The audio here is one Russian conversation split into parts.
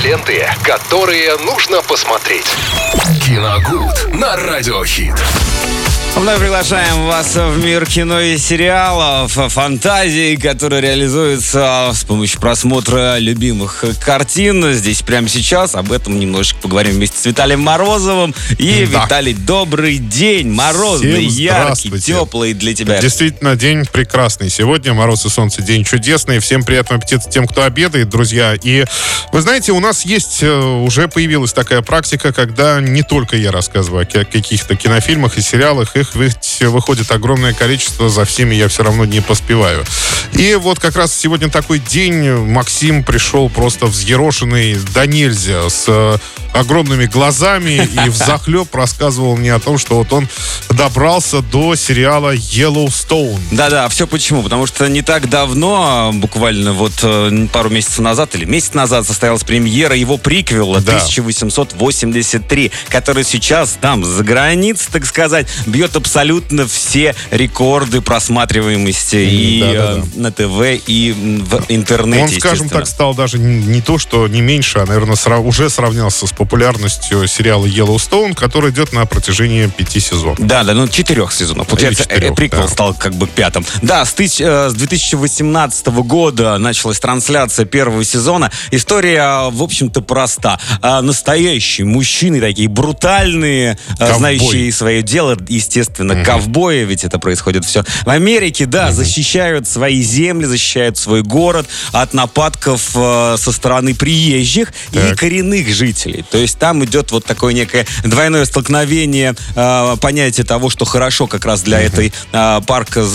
ленты, которые нужно посмотреть. Киногуд на Радиохит. Вновь приглашаем вас в мир кино и сериалов, фантазии, которые реализуются с помощью просмотра любимых картин. Здесь прямо сейчас об этом немножечко поговорим вместе с Виталием Морозовым. И, да. Виталий, добрый день, морозный, яркий, теплый для тебя. Действительно, день прекрасный. Сегодня мороз и солнце, день чудесный. Всем приятного аппетита тем, кто обедает, друзья. И вы знаете, у нас есть, уже появилась такая практика, когда не только я рассказываю о каких-то кинофильмах и сериалах, их ведь выходит огромное количество, за всеми я все равно не поспеваю. И вот как раз сегодня такой день. Максим пришел просто взъерошенный до нельзя, с огромными глазами и взахлеб рассказывал мне о том, что вот он добрался до сериала Yellowstone. Да-да, все почему? Потому что не так давно, буквально вот пару месяцев назад или месяц назад состоялась премьера его приквела 1883, который сейчас там, за границей, так сказать, бьет абсолютно все рекорды просматриваемости и на ТВ, и в интернете. Он, скажем так, стал даже не то, что не меньше, а, наверное, уже сравнялся с популярностью сериала Yellowstone, который идет на протяжении 5 сезонов. Да, 4 сезонов. Получается, приквел стал как бы 5-м. Да, с 2018 года началась трансляция первого сезона. История, в общем-то, проста. Настоящие мужчины, такие брутальные, знающие свое дело, естественно, ковбои, ведь это происходит все в Америке, защищают свои земли, защищают свой город от нападков со стороны приезжих и коренных жителей. То есть там идет вот такое некое двойное столкновение понятия того, что хорошо как раз для этой парковой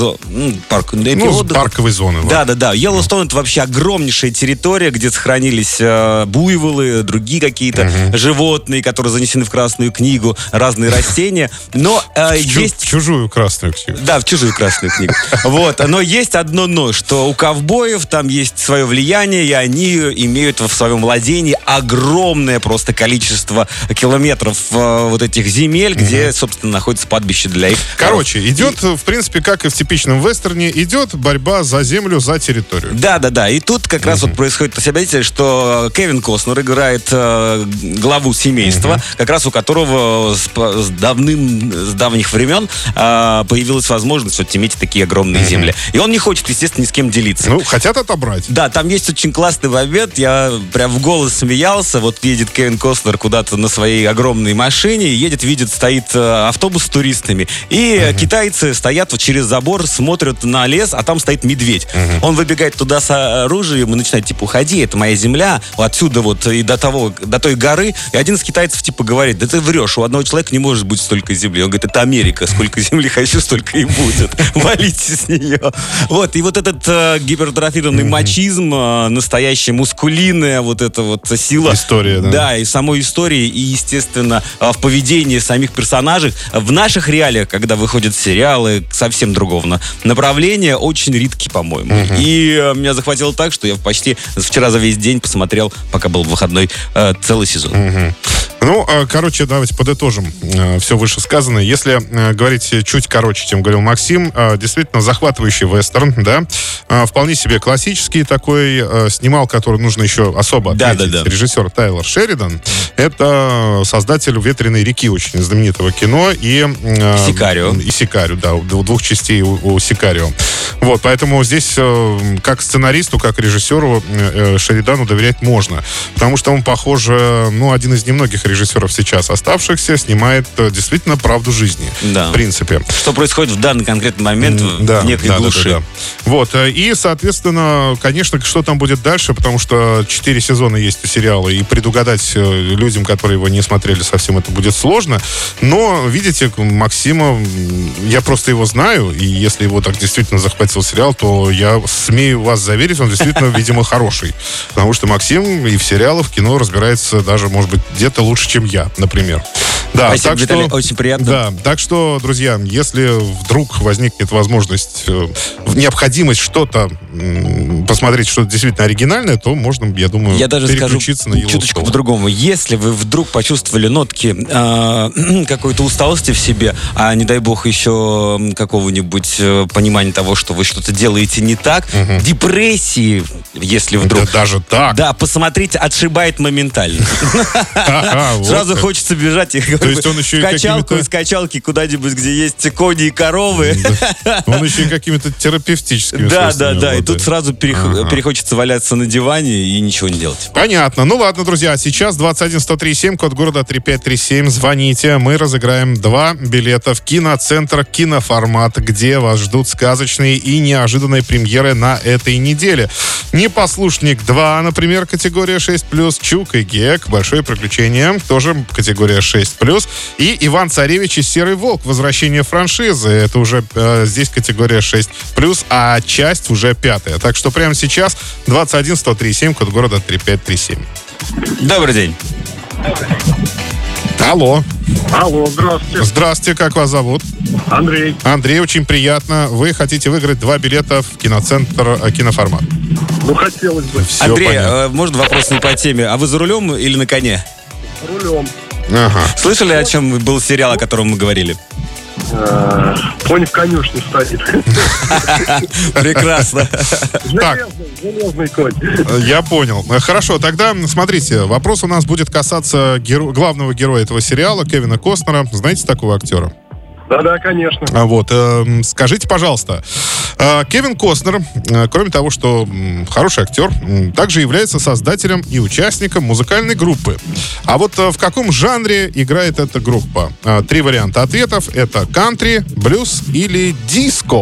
зоны. Да. Йеллоустоун — это вообще огромнейшая территория, где сохранились буйволы, другие какие-то животные, которые занесены в Красную книгу, разные растения. Но есть... В чужую Красную книгу. Да, в чужую Красную книгу. Вот. Но есть одно но, что у ковбоев там есть свое влияние, и они имеют в своем владении огромное просто количество километров вот этих земель, где, собственно, находится падбище для их... Короче, идет, в принципе, как и в типичном вестерне, идет борьба за землю, за территорию. Да. И тут как раз вот происходит событие, что Кевин Костнер играет главу семейства, как раз у которого с давних времен появилась возможность вот иметь такие огромные земли. И он не хочет, естественно, ни с кем делиться. Хотят отобрать. Да, там есть очень классный момент, я прям в голос смеялся. Вот едет Кевин Костнер куда-то на своей огромной машине, видит, стоит автобус с туристами. И китайцы стоят вот через забор, смотрят на лес, а там стоит медведь. Он выбегает туда с оружием и начинает, уходи, это моя земля, отсюда вот и до той горы. И один из китайцев, говорит, да ты врешь, у одного человека не может быть столько земли. Он говорит, это Америка, сколько земли хочу, столько и будет. Валите с нее. Вот, и вот этот гипертрофированный мачизм, настоящая мускулинная вот эта вот сила. История, да. Да, и самой истории, и, естественно, в поведении самих персонажей. В наших реалиях, когда выходят сериалы совсем другого направления, очень редки, по-моему. И меня захватило так, что я почти вчера за весь день посмотрел, пока был выходной, целый сезон. Короче, давайте подытожим все вышесказанное. Если говорить чуть короче, чем говорил Максим, действительно захватывающий вестерн, да, вполне себе классический такой, снимал, который нужно еще особо отметить, режиссер Тайлер Шеридан. Это создатель «Ветреной реки», очень знаменитого кино, и «Сикарио». И «Сикарио», да, двух частей у «Сикарио». Вот, поэтому здесь как сценаристу, как режиссеру Шеридану доверять можно, потому что он, похоже, один из немногих режиссеров сейчас оставшихся, снимает действительно правду жизни, в принципе. Что происходит в данный конкретный момент в некой глуши. Да. Вот, и, соответственно, конечно, что там будет дальше, потому что 4 сезона есть у сериала, и предугадать людям, которые его не смотрели, совсем это будет сложно. Но, видите, Максима, я просто его знаю, и если его так действительно захватил сериал, то я смею вас заверить, он действительно, видимо, хороший. Потому что Максим и в сериалах, в кино разбирается даже, может быть, где-то лучше, чем я, например. Да, спасибо, Виталий, очень приятно. Да, так что, друзья, если вдруг возникнет возможность, необходимость что-то посмотреть что-то действительно оригинальное, то можно, я думаю, я даже скажу переключиться на чуточку по-другому. Если вы вдруг почувствовали нотки какой-то усталости в себе, а не дай бог еще какого-нибудь понимания того, что вы что-то делаете не так, депрессии, если вдруг... Да даже так? Да, посмотрите, отшибает моментально. Сразу хочется бежать в качалку, из качалки куда-нибудь, где есть кони и коровы. Он еще и какими-то терапевтическими свойствами. Да, и тут сразу перехочется валяться на диване и ничего не делать. Понятно. Ну ладно, друзья, сейчас 21-103-7, код города 3537. Звоните, мы разыграем 2 билета в киноцентр «Киноформат», где вас ждут сказочные и неожиданные премьеры на этой неделе. «Непослушник 2», например, категория 6+, «Чук и Гек», «Большое приключение», тоже категория 6+, и «Иван Царевич и Серый Волк», возвращение франшизы, это уже здесь категория 6+, а часть уже 5. Так что прямо сейчас 21-103-7, код города 3537. Добрый день. Алло. Алло, здравствуйте. Здравствуйте, как вас зовут? Андрей. Андрей, очень приятно. Вы хотите выиграть 2 билета в киноцентр «Киноформат». Ну, хотелось бы. Все Андрей, понятно. можно вопрос не по теме? А вы за рулем или на коне? Рулем. Ага. Слышали, о чем был сериал, о котором мы говорили? Конь в конюшне стоит. Прекрасно. Железный конь. Я понял. Хорошо, тогда смотрите, вопрос у нас будет касаться главного героя этого сериала, Кевина Костнера. Знаете такого актера? Да, конечно. Вот, скажите, пожалуйста, Кевин Костнер, кроме того, что хороший актер, также является создателем и участником музыкальной группы. А вот в каком жанре играет эта группа? 3 варианта ответов. Это кантри, блюз или диско?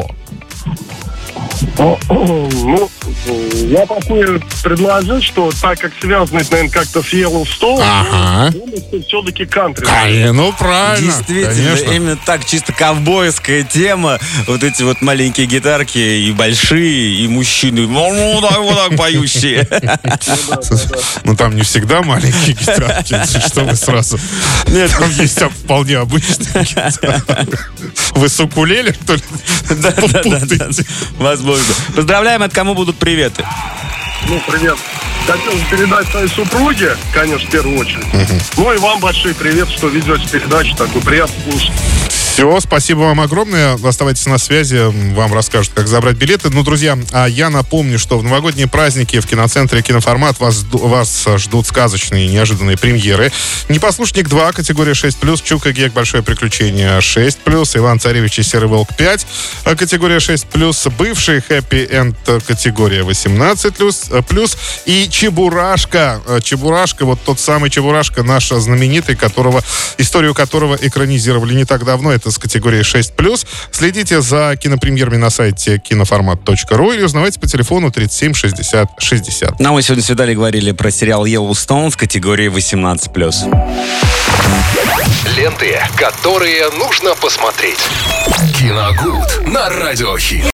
Ну, я такое предложил, что так как связано это, наверное, как-то с Йеллоустоун, думаю, что все-таки кантри. Ну, правильно. Действительно, конечно. именно так, чисто ковбойская тема. Вот эти вот маленькие гитарки и большие, и мужчины вот так поющие. Ну, там не всегда маленькие гитарки, что вы сразу... Нет, там есть вполне обычные гитары. Вы с укулеле, что ли? Да. Возможно. Поздравляем, от кому будут приветы? Ну, привет. Хотел передать своей супруге, конечно, в первую очередь. Ну и вам большой привет, что ведете передачу, такой приятно слушать. Все, спасибо вам огромное. Оставайтесь на связи, вам расскажут, как забрать билеты. Ну, друзья, а я напомню, что в новогодние праздники в киноцентре «Киноформат» вас ждут сказочные и неожиданные премьеры. «Непослушник 2», категория 6+, «Чук и Гек. Большое приключение» 6+, «Иван Царевич и Серый Волк» 5, категория 6+, «Бывший хэппи энд», категория 18+, и «Чебурашка». «Чебурашка», вот тот самый «Чебурашка», наш знаменитый, историю которого экранизировали не так давно. Это с категории 6+. Следите за кинопремьерами на сайте киноформат.ру или узнавайте по телефону 37 60 60. Ну, мы сегодня с Виталием говорили про сериал «Йеллоустоун» в категории 18+. Ленты, которые нужно посмотреть. Киногуд на Радио Хит.